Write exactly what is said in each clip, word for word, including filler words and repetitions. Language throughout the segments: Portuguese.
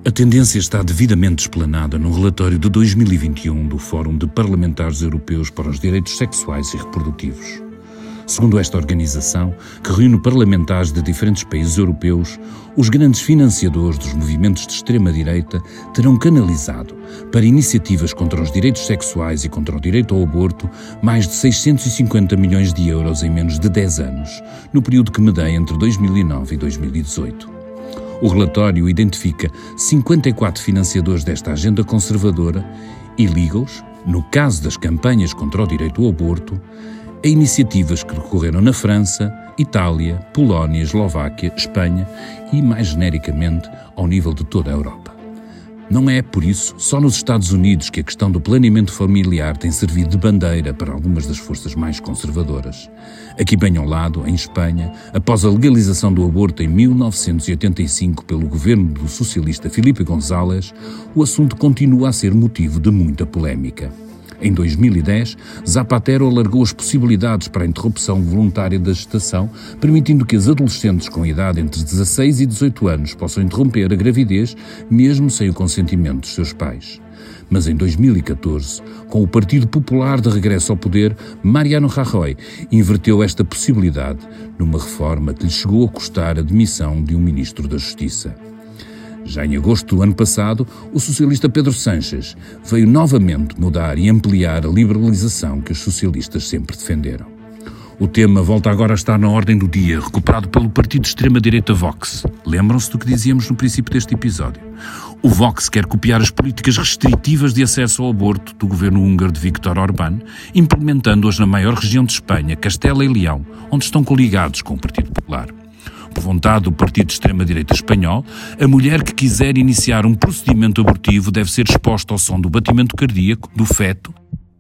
A tendência está devidamente explanada no relatório de dois mil e vinte e um do Fórum de Parlamentares Europeus para os Direitos Sexuais e Reprodutivos. Segundo esta organização, que reúne parlamentares de diferentes países europeus, os grandes financiadores dos movimentos de extrema-direita terão canalizado para iniciativas contra os direitos sexuais e contra o direito ao aborto mais de seiscentos e cinquenta milhões de euros em menos de dez anos, no período que medeia entre dois mil e nove e dois mil e dezoito. O relatório identifica cinquenta e quatro financiadores desta agenda conservadora e liga-os, no caso das campanhas contra o direito ao aborto, a iniciativas que decorreram na França, Itália, Polónia, Eslováquia, Espanha e, mais genericamente, ao nível de toda a Europa. Não é, por isso, só nos Estados Unidos que a questão do planeamento familiar tem servido de bandeira para algumas das forças mais conservadoras. Aqui bem ao lado, em Espanha, após a legalização do aborto em mil novecentos e oitenta e cinco pelo governo do socialista Felipe González, o assunto continua a ser motivo de muita polémica. Em dois mil e dez, Zapatero alargou as possibilidades para a interrupção voluntária da gestação, permitindo que as adolescentes com idade entre dezasseis e dezoito anos possam interromper a gravidez, mesmo sem o consentimento dos seus pais. Mas em dois mil e catorze, com o Partido Popular de regresso ao poder, Mariano Rajoy inverteu esta possibilidade numa reforma que lhe chegou a custar a demissão de um ministro da Justiça. Já em agosto do ano passado, o socialista Pedro Sánchez veio novamente mudar e ampliar a liberalização que os socialistas sempre defenderam. O tema volta agora a estar na ordem do dia, recuperado pelo partido de extrema-direita Vox. Lembram-se do que dizíamos no princípio deste episódio? O Vox quer copiar as políticas restritivas de acesso ao aborto do governo húngaro de Viktor Orbán, implementando-as na maior região de Espanha, Castela e Leão, onde estão coligados com o Partido Popular. Por vontade do partido de extrema-direita espanhol, a mulher que quiser iniciar um procedimento abortivo deve ser exposta ao som do batimento cardíaco do feto,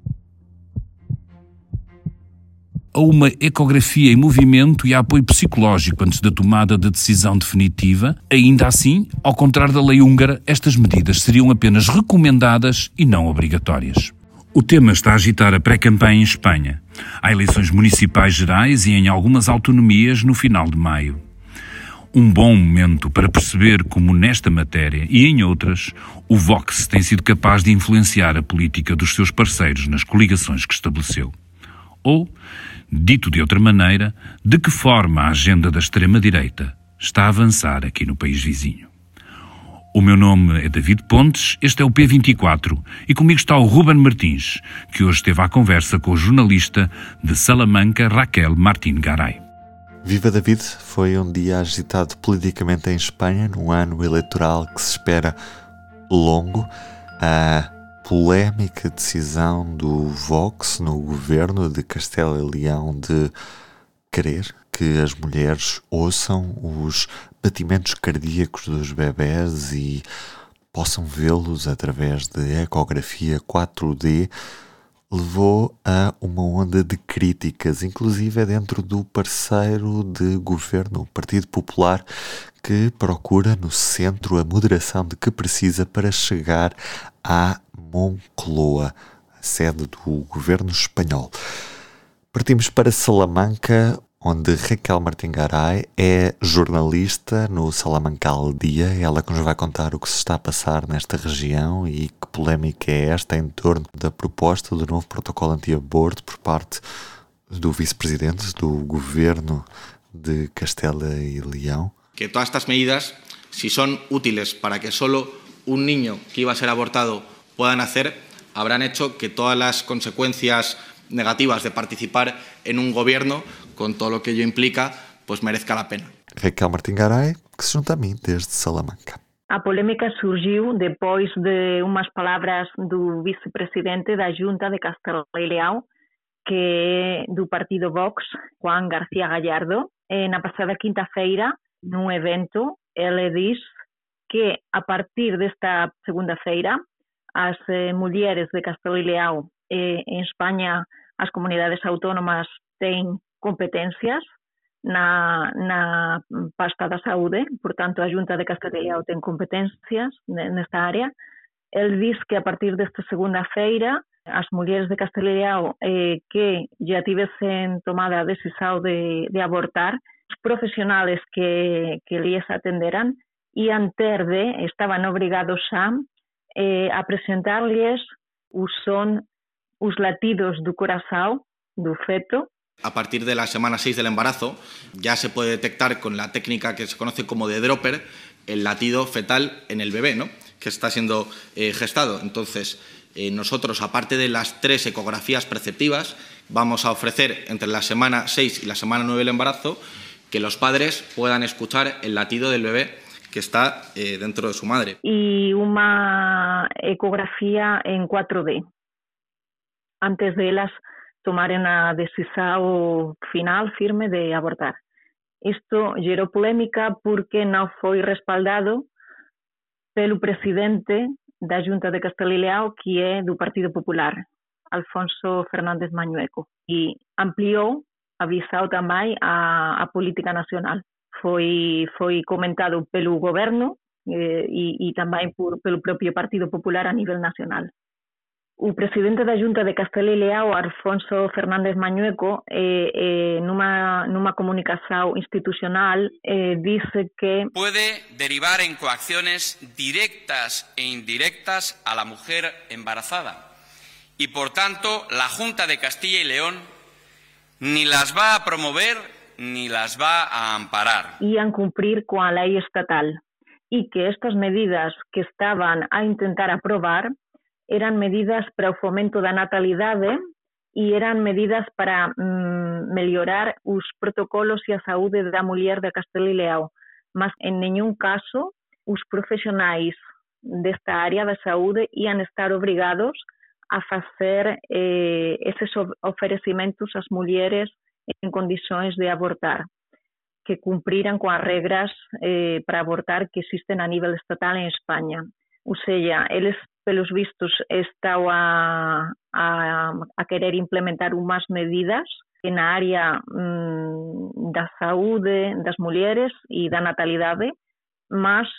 a uma ecografia em movimento e a apoio psicológico antes da tomada de decisão definitiva. Ainda assim, ao contrário da lei húngara, estas medidas seriam apenas recomendadas e não obrigatórias. O tema está a agitar a pré-campanha em Espanha. Há eleições municipais gerais e em algumas autonomias no final de maio. Um bom momento para perceber como nesta matéria e em outras, o Vox tem sido capaz de influenciar a política dos seus parceiros nas coligações que estabeleceu. Ou, dito de outra maneira, de que forma a agenda da extrema-direita está a avançar aqui no país vizinho. O meu nome é David Pontes, este é o P vinte e quatro e comigo está o Ruben Martins, que hoje esteve à conversa com o jornalista de Salamanca, Raquel Martín Garay. Viva David, foi um dia agitado politicamente em Espanha, num ano eleitoral que se espera longo. A polémica decisão do Vox no governo de Castela e Leão de querer que as mulheres ouçam os batimentos cardíacos dos bebés e possam vê-los através de ecografia quatro D, levou a uma onda de críticas, inclusive dentro do parceiro de governo, o Partido Popular, que procura no centro a moderação de que precisa para chegar à Moncloa, a sede do governo espanhol. Partimos para Salamanca, onde Raquel Martín Garay é jornalista no Salamanca al Dia. Ela que nos vai contar o que se está a passar nesta região e que polémica é esta em torno da proposta do novo protocolo anti-aborto por parte do vice-presidente do governo de Castela y León. Que todas estas medidas, si son útiles para que solo un niño que iba a ser abortado pueda nacer, habrán hecho que todas las consecuencias negativas de participar en un gobierno, con todo lo que ello implica, pues merezca la pena. Raquel Martín Garay, que se junta a mim desde Salamanca. A polémica surgiu depois de umas palavras do vice-presidente da Junta de Castela e Leão, que é do partido Vox, Juan García Gallardo. E na passada quinta-feira, num evento, ele diz que a partir desta segunda-feira, as eh, mulheres de Castela e Leão eh, em Espanha, as comunidades autónomas têm competências na, na pasta da saúde, portanto a Junta de Castela e Leão tem competências nesta área. Ele diz que a partir desta segunda-feira as mulheres de Castela e Leão eh, que já tivessem tomado a decisão de, de abortar, os profissionais que, que lhes atenderan e anterde estaban obrigados a eh, apresentar-lhes o son, os latidos do coração do feto. A partir de la semana seis del embarazo ya se puede detectar con la técnica que se conoce como de Dropper el latido fetal en el bebé, ¿no?, que está siendo eh, gestado. Entonces, eh, nosotros, aparte de las tres ecografías preceptivas, vamos a ofrecer entre la semana seis y la semana nueve del embarazo que los padres puedan escuchar el latido del bebé que está eh, dentro de su madre. Y una ecografía en cuatro D, antes de ellas tomar una decisión final, firme, de abortar. Isto gerou polémica porque non foi respaldado pelo presidente da Xunta de Castela e León, que é do Partido Popular, Alfonso Fernández Mañueco, e ampliou, avisou tamén a, a política nacional. Foi, foi comentado pelo goberno eh, e, e tamén por, pelo propio Partido Popular a nivel nacional. O presidente da Xunta de Castela e León, Alfonso Fernández Mañueco, eh, eh, numa, numa comunicación institucional, eh, dice que puede derivar en coacciones directas e indirectas a la mujer embarazada y, por tanto, la Junta de Castilla y León ni las va a promover ni las va a amparar. Iban cumplir con la ley estatal y que estas medidas que estaban a intentar aprobar eran medidas para o fomento da natalidade e eran medidas para mm, mellorar os protocolos e a saúde da muller de Castela e León. Mas, en nenhum caso, os profesionais desta área da saúde iam estar obrigados a facer eh, esses oferecimentos ás mulleres en condições de abortar, que cumpriran coas regras eh, para abortar que existen a nivel estatal en España. Ou seja, eles, pelos vistos, estão a, a, a querer implementar umas medidas na área mm, da saúde das mulheres e da natalidade, mas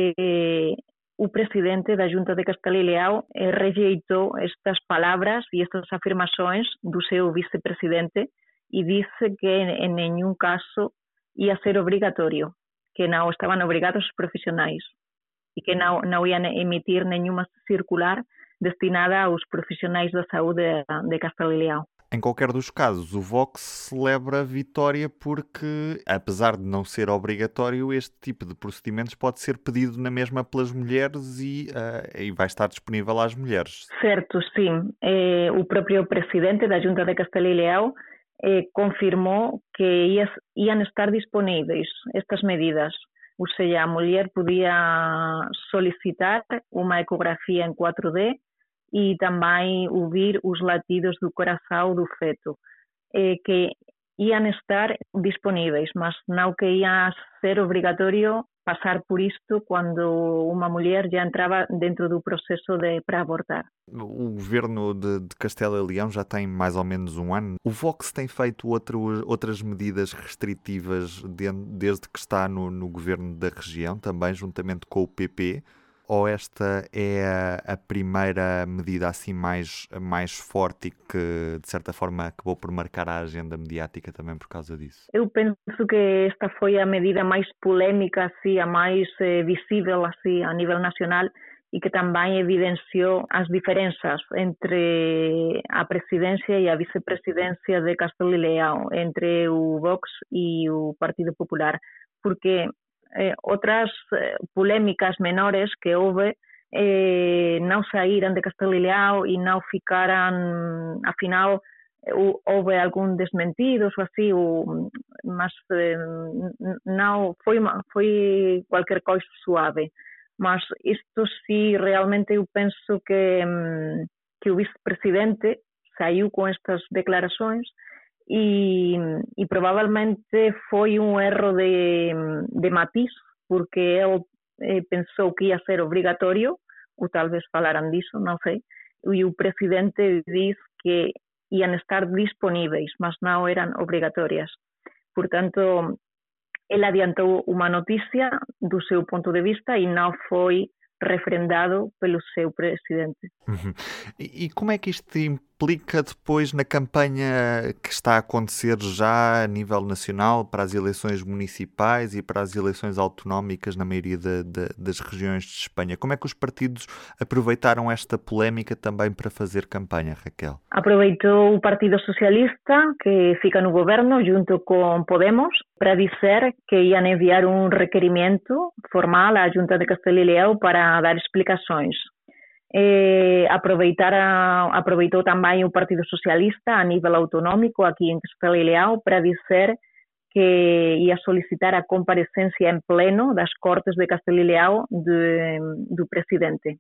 eh, o presidente da Xunta de Castela e León eh, rejeitou estas palabras e estas afirmações do seu vicepresidente e disse que en nenhum caso ia ser obrigatorio, que não estavam obrigados os profissionais e que não, não iam emitir nenhuma circular destinada aos profissionais da saúde de Castela e León. Em qualquer dos casos, o Vox celebra a vitória porque, apesar de não ser obrigatório, este tipo de procedimentos pode ser pedido na mesma pelas mulheres e, uh, e vai estar disponível às mulheres. Certo, sim. Eh, o próprio presidente da Xunta de Castela e León eh, confirmou que ia, iam estar disponíveis estas medidas. Ou seja, a mulher podia solicitar uma ecografia em quatro D e também ouvir os latidos do coração do feto, eh, que iam estar disponíveis, mas não que ia ser obrigatório passar por isto quando uma mulher já entrava dentro do processo de para abortar. O governo de, de Castela e León já tem mais ou menos um ano. O Vox tem feito outro, outras medidas restritivas de, desde que está no, no governo da região, também juntamente com o P P. Ou esta é a, a primeira medida assim mais, mais forte e que, de certa forma, acabou por marcar a agenda mediática também por causa disso? Eu penso que esta foi a medida mais polémica, assim, a mais eh, visível assim, a nível nacional e que também evidenciou as diferenças entre a presidência e a vicepresidência de Castela e León, entre o Vox e o Partido Popular, porque Eh, outras eh, polémicas menores que houve eh, não saíram de Castela e León e não ficaram, afinal eh, houve algum desmentidos ou assim, ou, mas eh, não foi, foi qualquer coisa suave. Mas isto sim, realmente eu penso que, que o vice-presidente saiu com estas declarações E, e provavelmente foi um erro de, de matiz, porque ele eh, pensou que ia ser obrigatório, ou talvez falaram disso, não sei, e o presidente disse que iam estar disponíveis, mas não eram obrigatórias. Portanto, ele adiantou uma notícia do seu ponto de vista e não foi refrendado pelo seu presidente. Uhum. E, e como é que isto implica depois na campanha que está a acontecer já a nível nacional para as eleições municipais e para as eleições autonómicas na maioria de, de, das regiões de Espanha? Como é que os partidos aproveitaram esta polémica também para fazer campanha, Raquel? Aproveitou o Partido Socialista, que fica no governo, junto com Podemos, para dizer que iam enviar um requerimento formal à Junta de Castela e Leão para dar explicações. Eh, aproveitar a, aproveitou também o Partido Socialista a nível autonómico aqui em Castela e Leão para dizer que ia solicitar a comparecência em pleno das Cortes de Castela e Leão de, do presidente.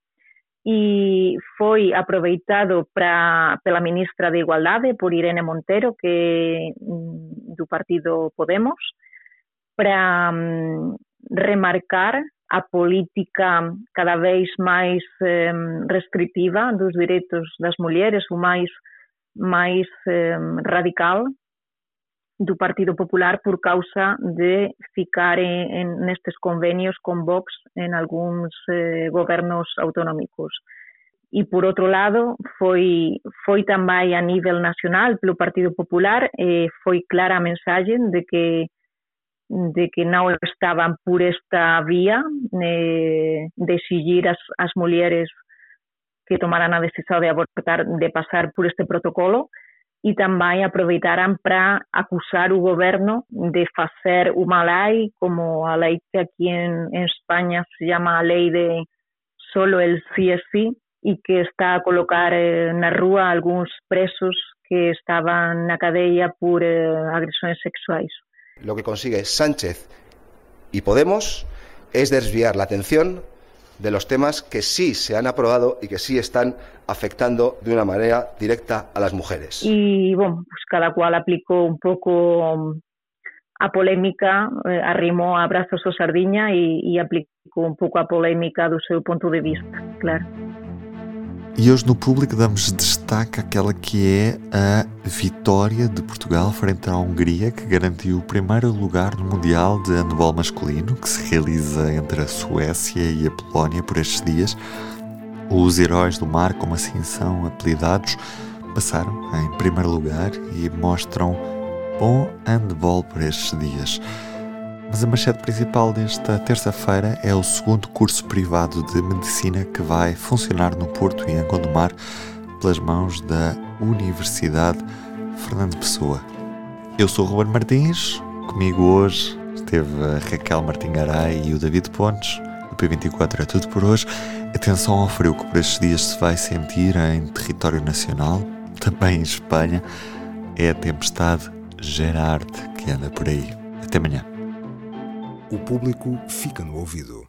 E foi aproveitado pra, pela ministra de Igualdade, por Irene Montero, que do Partido Podemos, para um, remarcar a política cada vez mais um, restritiva dos direitos das mulheres, o mais, mais um, radical do Partido Popular por causa de ficar em, em, nestes convenios com Vox em alguns eh, governos autonómicos. E, por outro lado, foi, foi também a nível nacional, pelo Partido Popular, eh, foi clara a mensagem de que de que não estavam por esta via eh, de exigir às, às mulheres que tomaram a decisão de abortar, de passar por este protocolo, e também aproveitaram para acusar o governo de fazer uma lei, como a lei que aqui em, em Espanha se chama a lei de solo el sí es sí, e que está a colocar eh, na rua alguns presos que estavam na cadeia por eh, agressões sexuais. Lo que consigue Sánchez y Podemos es desviar la atención de los temas que sí se han aprobado y que sí están afectando de una manera directa a las mujeres. Y bueno, pues cada cual aplicó un poco a polémica, eh, arrimó a brazos o sardinha e, e aplicou un pouco a polémica do seu ponto de vista, claro. E hoje no Público damos destaque àquela que é a vitória de Portugal frente à Hungria, que garantiu o primeiro lugar no Mundial de Handball Masculino, que se realiza entre a Suécia e a Polónia por estes dias. Os heróis do mar, como assim são apelidados, passaram em primeiro lugar e mostram bom handball por estes dias. Mas a manchete principal desta terça-feira é o segundo curso privado de medicina que vai funcionar no Porto e em Gondomar pelas mãos da Universidade Fernando Pessoa. Eu sou o Ruben Martins, comigo hoje esteve a Raquel Martim-Garay e o David Pontes. O P vinte e quatro é tudo por hoje. Atenção ao frio que por estes dias se vai sentir em território nacional, também em Espanha. É a tempestade Gerard que anda por aí. Até amanhã. O Público fica no ouvido.